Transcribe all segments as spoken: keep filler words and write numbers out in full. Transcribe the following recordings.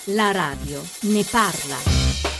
La radio ne parla.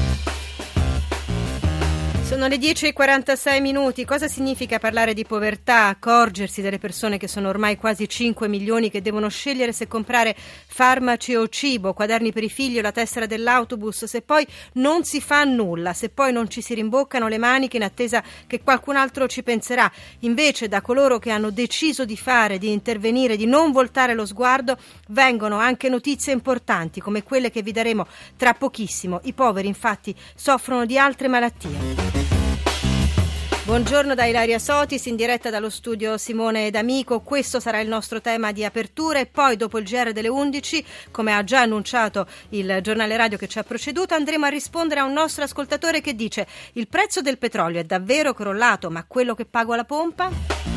Sono le dieci e quarantasei minuti. Cosa significa parlare di povertà? Accorgersi delle persone che sono ormai quasi cinque milioni che devono scegliere se comprare farmaci o cibo, quaderni per i figli o la tessera dell'autobus, se poi non si fa nulla, se poi non ci si rimboccano le maniche in attesa che qualcun altro ci penserà. Invece da coloro che hanno deciso di fare, di intervenire, di non voltare lo sguardo, vengono anche notizie importanti come quelle che vi daremo tra pochissimo. I poveri infatti soffrono di altre malattie. Buongiorno da Ilaria Sotis, in diretta dallo studio Simone D'Amico. Questo sarà il nostro tema di apertura e poi dopo il G R delle undici, come ha già annunciato il giornale radio che ci ha preceduto, andremo a rispondere a un nostro ascoltatore che dice: il prezzo del petrolio è davvero crollato, ma quello che pago alla pompa?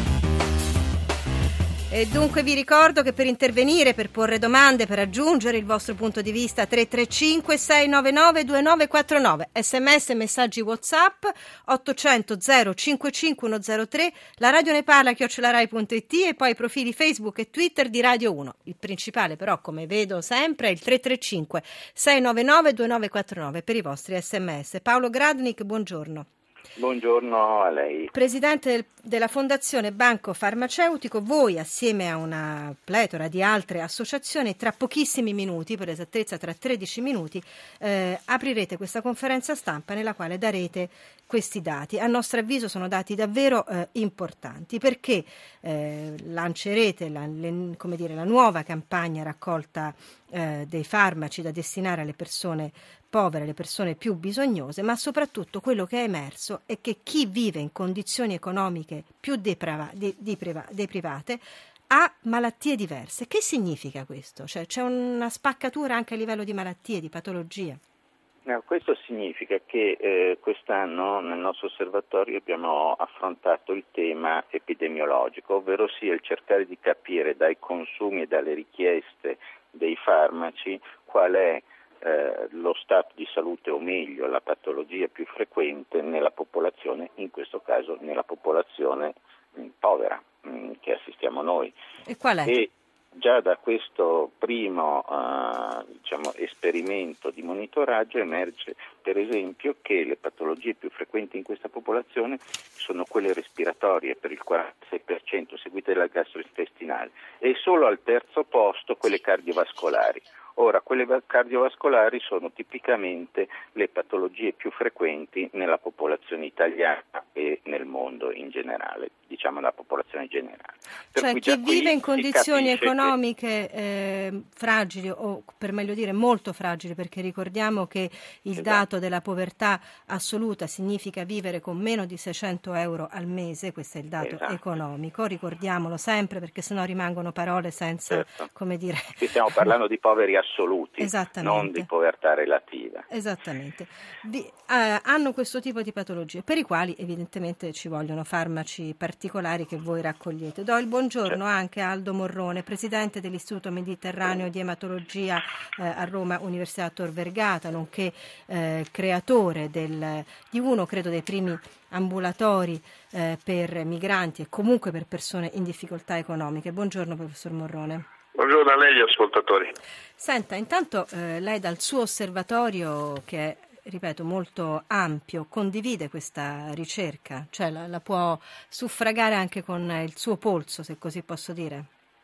E dunque vi ricordo che per intervenire, per porre domande, per aggiungere il vostro punto di vista, tre tre cinque sei nove nove due nove quattro nove, sms e messaggi WhatsApp ottocento zero cinquantacinque centotre, la radio ne parla chiocciola rai punto it e poi i profili Facebook e Twitter di Radio uno. Il principale però, come vedo sempre, è il tre tre cinque sei nove nove due nove quattro nove per i vostri sms. Paolo Gradnik, buongiorno. Buongiorno a lei. Presidente della Fondazione Banco Farmaceutico, voi assieme a una pletora di altre associazioni tra pochissimi minuti, per esattezza tra tredici minuti, eh, aprirete questa conferenza stampa nella quale darete questi dati. A nostro avviso sono dati davvero eh, importanti perché eh, lancerete la, le, come dire, la nuova campagna raccolta eh, dei farmaci da destinare alle persone povere, le persone più bisognose, ma soprattutto quello che è emerso è che chi vive in condizioni economiche più deprava, de, de, deprivate ha malattie diverse. Che significa questo? Cioè, c'è una spaccatura anche a livello di malattie, di patologie? No, questo significa che eh, quest'anno nel nostro osservatorio abbiamo affrontato il tema epidemiologico, ovvero sia il cercare di capire dai consumi e dalle richieste dei farmaci qual è Eh, lo stato di salute, o meglio la patologia più frequente nella popolazione, in questo caso nella popolazione mh, povera mh, che assistiamo noi. E qual è? E già da questo primo uh, diciamo, esperimento di monitoraggio emerge per esempio che le patologie più frequenti in questa popolazione sono quelle respiratorie per il quarantasei per cento, seguite dalla gastrointestinale, e solo al terzo posto quelle cardiovascolari. Ora, quelle cardiovascolari sono tipicamente le patologie più frequenti nella popolazione italiana e nel mondo in generale, diciamo nella popolazione generale. Per cioè cui chi vive in condizioni economiche che... eh, fragili, o per meglio dire molto fragili, perché ricordiamo che il esatto. dato della povertà assoluta significa vivere con meno di seicento euro al mese, questo è il dato esatto. economico, ricordiamolo sempre perché sennò rimangono parole senza, certo. come dire... Qui stiamo parlando di poveri assoluti, Esattamente. non di povertà relativa. Esattamente. Vi, eh, hanno questo tipo di patologie per i quali evidentemente ci vogliono farmaci particolari che voi raccogliete. Do il buongiorno certo. anche a Aldo Morrone, presidente dell'Istituto Mediterraneo di Ematologia eh, a Roma Università Tor Vergata, nonché eh, creatore del, di uno, credo, dei primi ambulatori eh, per migranti e comunque per persone in difficoltà economiche. Buongiorno professor Morrone. Buongiorno a lei e ascoltatori. Senta, intanto eh, lei dal suo osservatorio, che è, ripeto, molto ampio, condivide questa ricerca? Cioè la, la può suffragare anche con il suo polso, se così posso dire?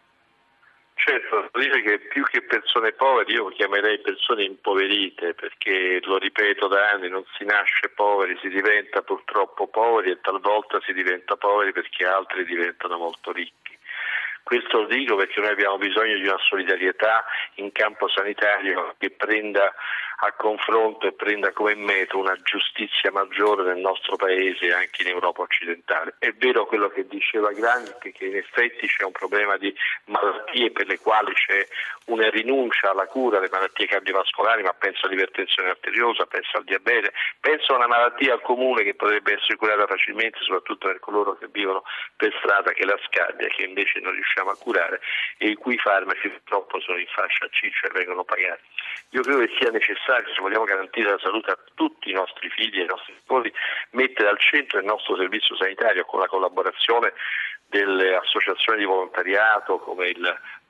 Certo, dice che più che persone povere io chiamerei persone impoverite, perché lo ripeto da anni, non si nasce poveri, si diventa purtroppo poveri e talvolta si diventa poveri perché altri diventano molto ricchi. Questo lo dico perché noi abbiamo bisogno di una solidarietà in campo sanitario che prenda a confronto e prenda come metodo una giustizia maggiore nel nostro paese e anche in Europa occidentale. È vero quello che diceva Gramsci, che in effetti c'è un problema di malattie per le quali c'è una rinuncia alla cura, le malattie cardiovascolari, ma penso all'ipertensione arteriosa, penso al diabete, penso a una malattia comune che potrebbe essere curata facilmente, soprattutto per coloro che vivono per strada, che è la scardia, che invece non riusciamo a curare e i cui farmaci purtroppo sono in fascia C, cioè vengono pagati. Io credo che sia necessario, se vogliamo garantire la salute a tutti i nostri figli e ai nostri nipoti, mettere al centro il nostro servizio sanitario con la collaborazione delle associazioni di volontariato come il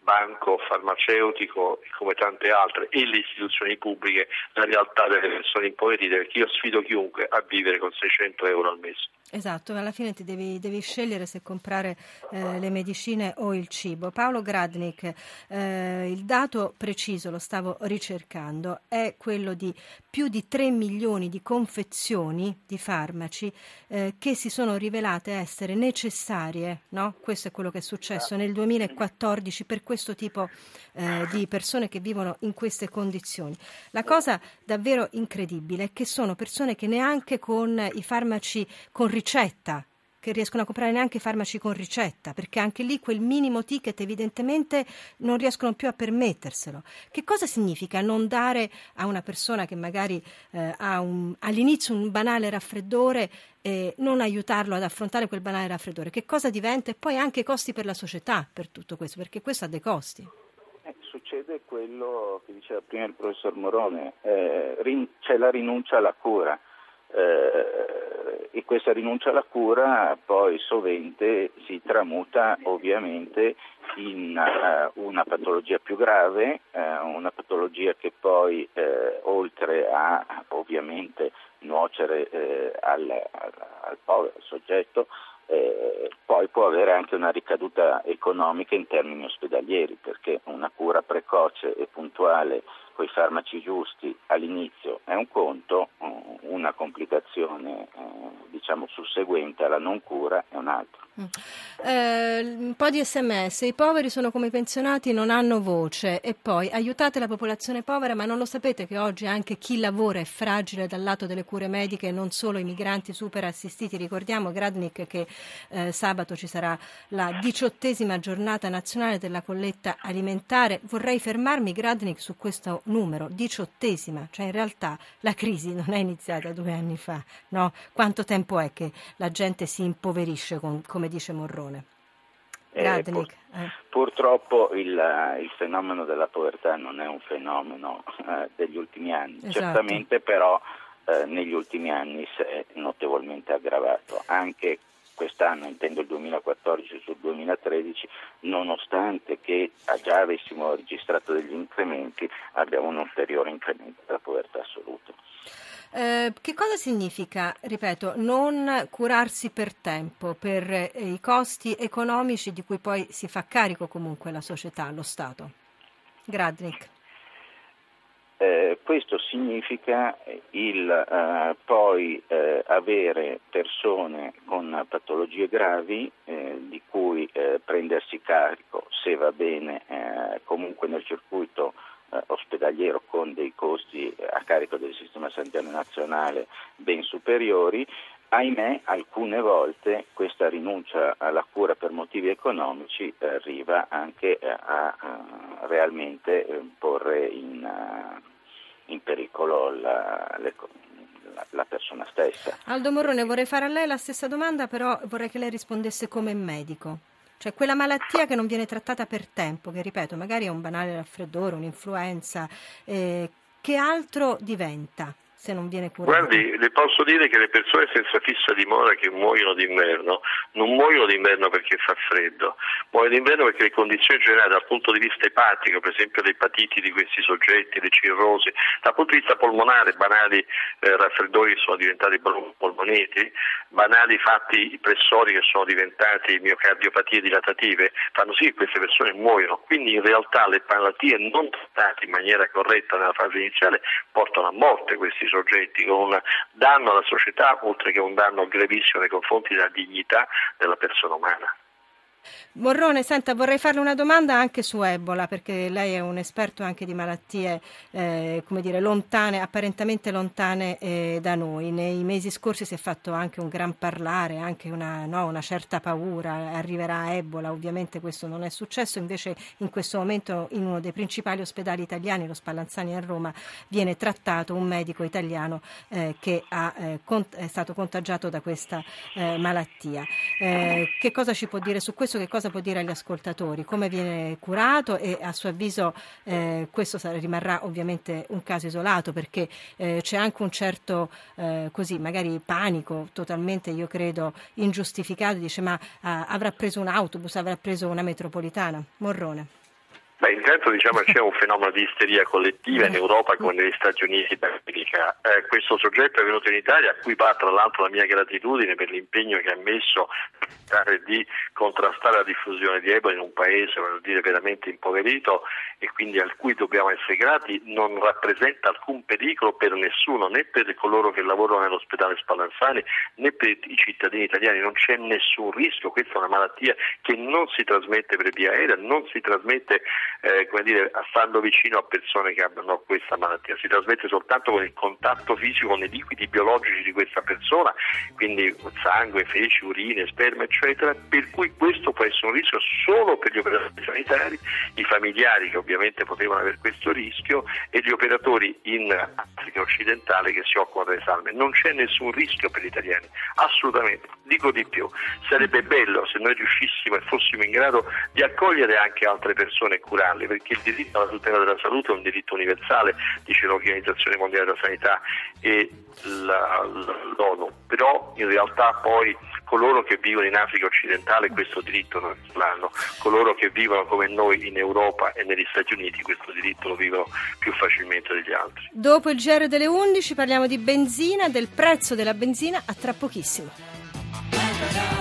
banco farmaceutico e come tante altre e le istituzioni pubbliche la realtà delle persone impoverite, perché io sfido chiunque a vivere con seicento euro al mese. Esatto, alla fine ti devi, devi scegliere se comprare eh, le medicine o il cibo. Paolo Gradnik, eh, il dato preciso, lo stavo ricercando, è quello di più di tre milioni di confezioni di farmaci eh, che si sono rivelate essere necessarie, no? Questo è quello che è successo nel duemilaquattordici per questo tipo eh, di persone che vivono in queste condizioni. La cosa davvero incredibile è che sono persone che neanche con i farmaci con ricetta, che riescono a comprare neanche farmaci con ricetta, perché anche lì quel minimo ticket evidentemente non riescono più a permetterselo. Che cosa significa non dare a una persona che magari eh, ha un, all'inizio un banale raffreddore e non aiutarlo ad affrontare quel banale raffreddore? Che cosa diventa? E poi anche i costi per la società per tutto questo, perché questo ha dei costi. Eh, succede quello che diceva prima il professor Morone, eh, rin- c'è la rinuncia alla cura. Eh, e questa rinuncia alla cura poi sovente si tramuta ovviamente in uh, una patologia più grave, uh, una patologia che poi uh, oltre a ovviamente nuocere uh, al, al, al povero al soggetto, eh, poi può avere anche una ricaduta economica in termini ospedalieri, perché una cura precoce e puntuale con i farmaci giusti all'inizio è un conto, una complicazione eh, diciamo susseguente alla non cura è un altro. Mm. Eh, un po' di sms, i poveri sono come i pensionati, non hanno voce, e poi aiutate la popolazione povera, ma non lo sapete che oggi anche chi lavora è fragile dal lato delle cure mediche, non solo i migranti super assistiti. Ricordiamo, Gradnik, che eh, sabato ci sarà la diciottesima giornata nazionale della colletta alimentare. Vorrei fermarmi, Gradnik, su questo numero, diciottesima, cioè in realtà la crisi non è iniziata due anni fa, no? Quanto tempo è che la gente si impoverisce, con, come dice Morrone? Eh, pur, eh. Purtroppo il, il fenomeno della povertà non è un fenomeno eh, degli ultimi anni, esatto. Certamente però eh, negli ultimi anni si è notevolmente aggravato, anche quest'anno, intendo il duemilaquattordici sul duemilatredici, nonostante che già avessimo registrato degli incrementi, abbiamo un ulteriore incremento della povertà assoluta. Eh, che cosa significa, ripeto, non curarsi per tempo, per eh, i costi economici di cui poi si fa carico comunque la società, lo Stato? Gradnik. Eh, questo significa il eh, poi eh, avere persone con patologie gravi eh, di cui eh, prendersi carico, se va bene, eh, comunque nel circuito eh, ospedaliero con dei costi a carico del sistema sanitario nazionale ben superiori. Ahimè, alcune volte questa rinuncia alla cura per motivi economici arriva anche a, a realmente porre in, in pericolo la, la, la persona stessa. Aldo Morrone, vorrei fare a lei la stessa domanda, però vorrei che lei rispondesse come medico. Cioè quella malattia che non viene trattata per tempo, che ripeto, magari è un banale raffreddore, un'influenza, eh, che altro diventa se non viene curato? Guardi, le posso dire che le persone senza fissa dimora che muoiono d'inverno non muoiono d'inverno perché fa freddo, muoiono d'inverno perché le condizioni generali dal punto di vista epatico, per esempio le epatiti di questi soggetti, le cirrosi, dal punto di vista polmonare, banali eh, raffreddori che sono diventati polmoniti, banali fatti pressori che sono diventati miocardiopatie dilatative, fanno sì che queste persone muoiono. Quindi in realtà le malattie non trattate in maniera corretta nella fase iniziale portano a morte questi soggetti, con un danno alla società oltre che un danno gravissimo nei confronti della dignità della persona umana. Morrone, senta, vorrei farle una domanda anche su Ebola, perché lei è un esperto anche di malattie, eh, come dire, lontane, apparentemente lontane eh, da noi. Nei mesi scorsi si è fatto anche un gran parlare, anche una, no, una certa paura, arriverà Ebola, ovviamente questo non è successo, invece in questo momento in uno dei principali ospedali italiani, lo Spallanzani a Roma, viene trattato un medico italiano eh, che ha, eh, cont- è stato contagiato da questa eh, malattia. Eh, che cosa ci può dire su questo? Che cosa può dire agli ascoltatori? Come viene curato? E a suo avviso eh, questo sarà, rimarrà ovviamente un caso isolato, perché eh, c'è anche un certo eh, così magari panico totalmente, io credo ingiustificato, dice ma ah, avrà preso un autobus, avrà preso una metropolitana. Morrone. Beh, intanto diciamo c'è un fenomeno di isteria collettiva in Europa come negli Stati Uniti d'America. Eh, questo soggetto è venuto in Italia, a cui va tra l'altro la mia gratitudine per l'impegno che ha messo per cercare di contrastare la diffusione di Ebola in un paese, voglio dire, veramente impoverito, e quindi al cui dobbiamo essere grati. Non rappresenta alcun pericolo per nessuno, né per coloro che lavorano nell'ospedale Spallanzani né per i cittadini italiani. Non c'è nessun rischio. Questa è una malattia che non si trasmette per via aerea, non si trasmette Eh, come dire, stando vicino a persone che abbiano questa malattia, si trasmette soltanto con il contatto fisico con i liquidi biologici di questa persona, quindi sangue, feci, urine, sperma eccetera, per cui questo può essere un rischio solo per gli operatori sanitari, i familiari che ovviamente potevano avere questo rischio e gli operatori in Africa occidentale che si occupano delle salme. Non c'è nessun rischio per gli italiani, assolutamente. Dico di più, sarebbe bello se noi riuscissimo e fossimo in grado di accogliere anche altre persone e curarle, perché il diritto alla tutela della salute è un diritto universale, dice l'Organizzazione Mondiale della Sanità e la, l'ONU, però in realtà poi coloro che vivono in Africa occidentale questo diritto non l'hanno, coloro che vivono come noi in Europa e negli Stati Uniti questo diritto lo vivono più facilmente degli altri. Dopo il G R delle undici parliamo di benzina, del prezzo della benzina, a tra pochissimo.